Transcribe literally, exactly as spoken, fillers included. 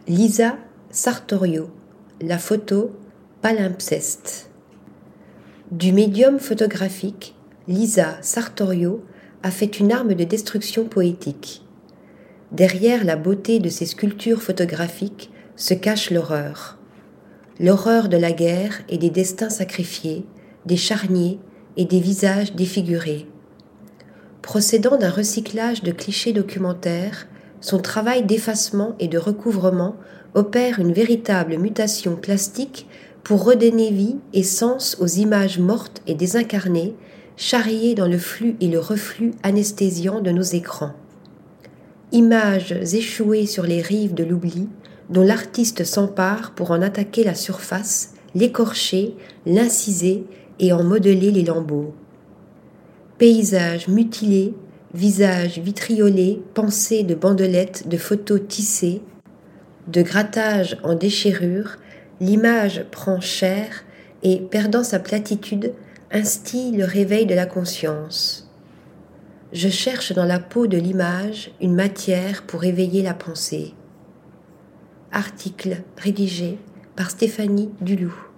Lisa Sartorio, la photo palimpseste. Du médium photographique, Lisa Sartorio a fait une arme de destruction poétique. Derrière la beauté de ses sculptures photographiques se cache l'horreur. L'horreur de la guerre et des destins sacrifiés, des charniers et des visages défigurés. Procédant d'un recyclage de clichés documentaires, son travail d'effacement et de recouvrement opère une véritable mutation plastique pour redonner vie et sens aux images mortes et désincarnées, charriées dans le flux et le reflux anesthésiant de nos écrans. Images échouées sur les rives de l'oubli, dont l'artiste s'empare pour en attaquer la surface, l'écorcher, l'inciser et en modeler les lambeaux. Paysages mutilés, visages vitriolés, pensées de bandelettes, de photos tissées, de grattages en déchirure, l'image prend chair et, perdant sa platitude, instille le réveil de la conscience. Je cherche dans la peau de l'image une matière pour éveiller la pensée. Article rédigé par Stéphanie Duloup.